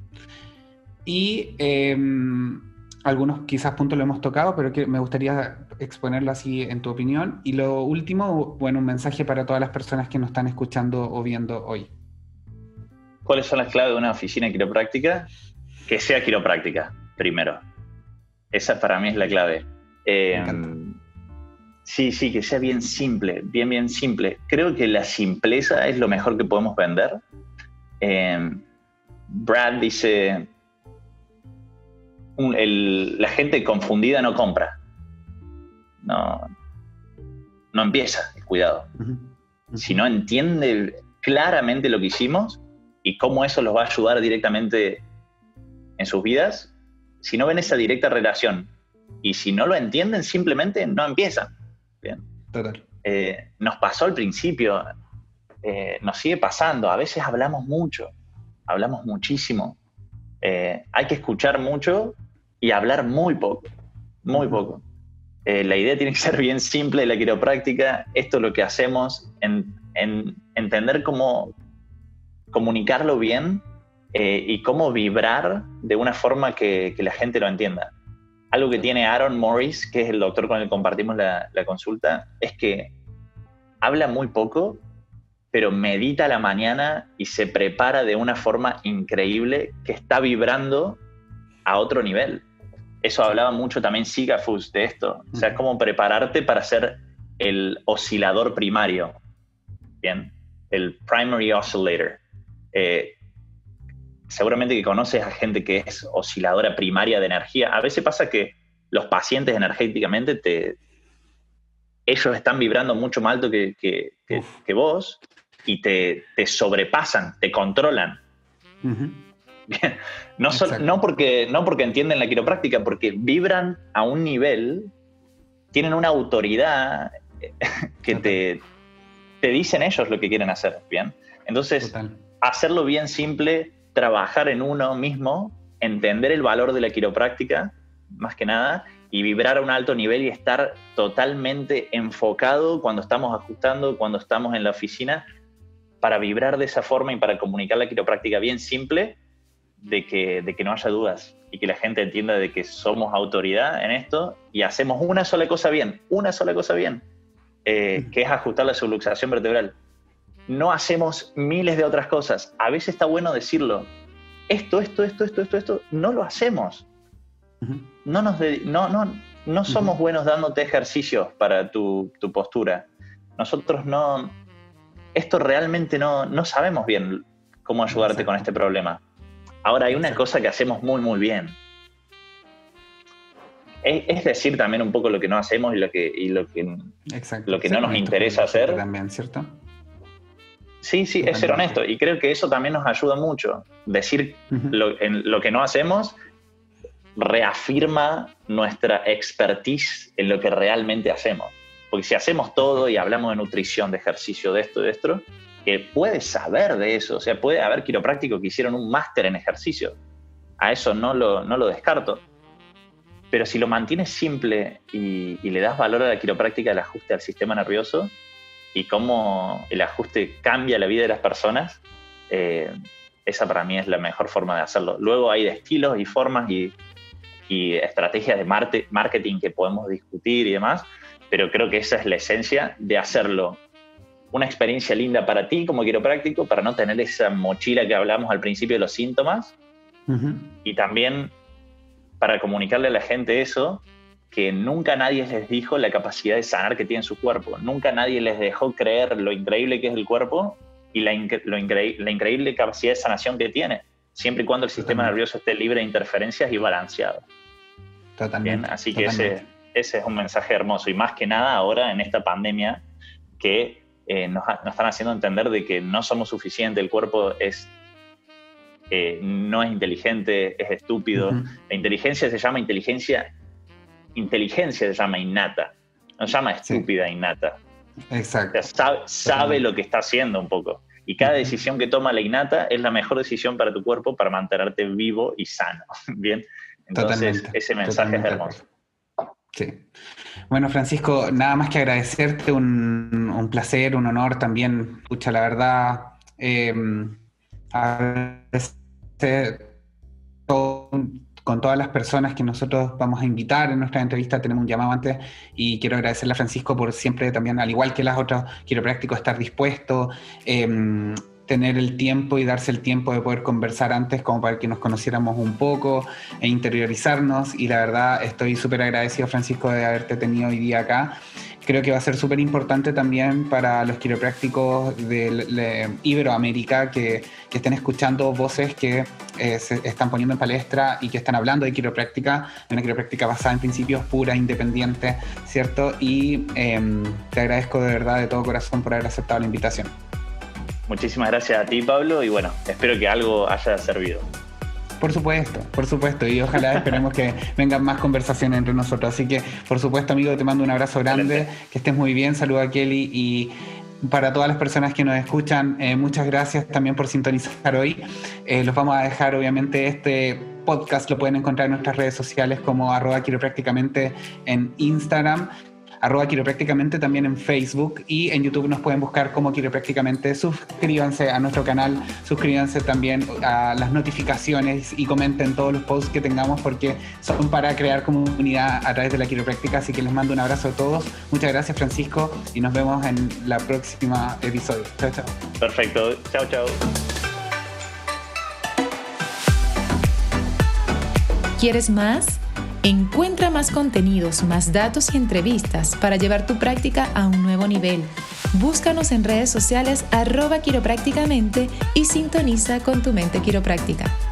Y algunos quizás puntos lo hemos tocado, pero que me gustaría exponerlo así en tu opinión. Y lo último, bueno, un mensaje para todas las personas que nos están escuchando o viendo hoy. ¿Cuáles son las claves de una oficina quiropráctica? Que sea quiropráctica, primero. Esa para mí es la clave. Sí, que sea bien simple, bien simple. Creo que la simpleza es lo mejor que podemos vender. Brad dice... la gente confundida no compra. No empieza el cuidado. Si no entiende claramente lo que hicimos y cómo eso los va a ayudar directamente en sus vidas, si no ven esa directa relación y si no lo entienden, simplemente no empiezan. Bien. Total. Nos pasó al principio, nos sigue pasando. A veces hablamos mucho, hablamos muchísimo. Hay que escuchar mucho y hablar muy poco. La idea tiene que ser bien simple de la quiropráctica. Esto es lo que hacemos, entender cómo comunicarlo bien y cómo vibrar de una forma que la gente lo entienda. Algo que tiene Aaron Morris, que es el doctor con el que compartimos la consulta, es que habla muy poco, pero medita a la mañana y se prepara de una forma increíble que está vibrando a otro nivel. Eso hablaba mucho también Sigafus de esto. O sea, cómo prepararte para ser el oscilador primario. Bien, el primary oscillator. Seguramente que conoces a gente que es osciladora primaria de energía. A veces pasa que los pacientes energéticamente ellos están vibrando mucho más alto que vos y te sobrepasan, te controlan. Bien. No porque entienden la quiropráctica, porque vibran a un nivel, tienen una autoridad que te dicen ellos lo que quieren hacer. Bien. Entonces, hacerlo bien simple, trabajar en uno mismo, entender el valor de la quiropráctica, más que nada, y vibrar a un alto nivel y estar totalmente enfocado cuando estamos ajustando, cuando estamos en la oficina, para vibrar de esa forma y para comunicar la quiropráctica bien simple, de que no haya dudas y que la gente entienda de que somos autoridad en esto y hacemos una sola cosa bien, que es ajustar la subluxación vertebral. No hacemos miles de otras cosas. A veces está bueno decirlo. Esto, no lo hacemos. No somos buenos dándote ejercicios para tu postura. Nosotros esto realmente no sabemos bien cómo ayudarte con este problema. Ahora, hay una cosa que hacemos muy, muy bien. Es decir también un poco lo que no hacemos y lo que no nos interesa hacer. También, ¿cierto? Sí, es ser honesto. Y creo que eso también nos ayuda mucho. Decir lo que no hacemos reafirma nuestra expertise en lo que realmente hacemos. Porque si hacemos todo y hablamos de nutrición, de ejercicio, de esto, que puedes saber de eso. O sea, puede haber quiroprácticos que hicieron un máster en ejercicio. A eso no lo descarto. Pero si lo mantienes simple y le das valor a la quiropráctica del ajuste al sistema nervioso y cómo el ajuste cambia la vida de las personas, esa para mí es la mejor forma de hacerlo. Luego hay de estilos y formas y estrategias de marketing que podemos discutir y demás, pero creo que esa es la esencia de hacerlo una experiencia linda para ti como quiropráctico, para no tener esa mochila que hablamos al principio de los síntomas, y también para comunicarle a la gente eso, que nunca nadie les dijo la capacidad de sanar que tiene su cuerpo, nunca nadie les dejó creer lo increíble que es el cuerpo y la increíble capacidad de sanación que tiene, siempre y cuando el sistema nervioso esté libre de interferencias y balanceado. Totalmente. Bien, así que ese es un mensaje hermoso, y más que nada ahora en esta pandemia que nos están haciendo entender de que no somos suficientes, el cuerpo no es inteligente, es estúpido. La inteligencia se llama inteligencia se llama innata, no se llama estúpida innata. Exacto. O sea, sabe lo que está haciendo un poco, y cada decisión que toma la innata es la mejor decisión para tu cuerpo para mantenerte vivo y sano. Bien, entonces ese mensaje es hermoso. Sí. Bueno, Francisco, nada más que agradecerte, un placer, un honor también, pucha, la verdad, agradecer con todas las personas que nosotros vamos a invitar en nuestra entrevista. Tenemos un llamado antes y quiero agradecerle a Francisco por siempre también, al igual que las otras quiroprácticos, estar dispuesto, tener el tiempo y darse el tiempo de poder conversar antes como para que nos conociéramos un poco e interiorizarnos, y la verdad estoy súper agradecido, Francisco, de haberte tenido hoy día acá. Creo que va a ser súper importante también para los quiroprácticos de Iberoamérica que estén escuchando voces que se están poniendo en palestra y que están hablando de una quiropráctica basada en principios, pura, independiente, ¿cierto? Y te agradezco de verdad, de todo corazón, por haber aceptado la invitación. Muchísimas gracias a ti, Pablo, y bueno, espero que algo haya servido. Por supuesto, y ojalá esperemos que vengan más conversaciones entre nosotros. Así que, por supuesto, amigo, te mando un abrazo grande, excelente. Que estés muy bien, saluda a Kelly, y para todas las personas que nos escuchan, muchas gracias también por sintonizar hoy. Los vamos a dejar, obviamente, este podcast lo pueden encontrar en nuestras redes sociales como @quiroprácticamente en Instagram, @quiroprácticamente también en Facebook, y en YouTube nos pueden buscar como Quiroprácticamente. Suscríbanse a nuestro canal, suscríbanse también a las notificaciones y comenten todos los posts que tengamos, porque son para crear comunidad a través de la quiropráctica. Así que les mando un abrazo a todos. Muchas gracias, Francisco, y nos vemos en la próxima episodio. Chao, chao. Perfecto. Chao, chao. ¿Quieres más? Encuentra más contenidos, más datos y entrevistas para llevar tu práctica a un nuevo nivel. Búscanos en redes sociales @quiroprácticamente y sintoniza con tu mente quiropráctica.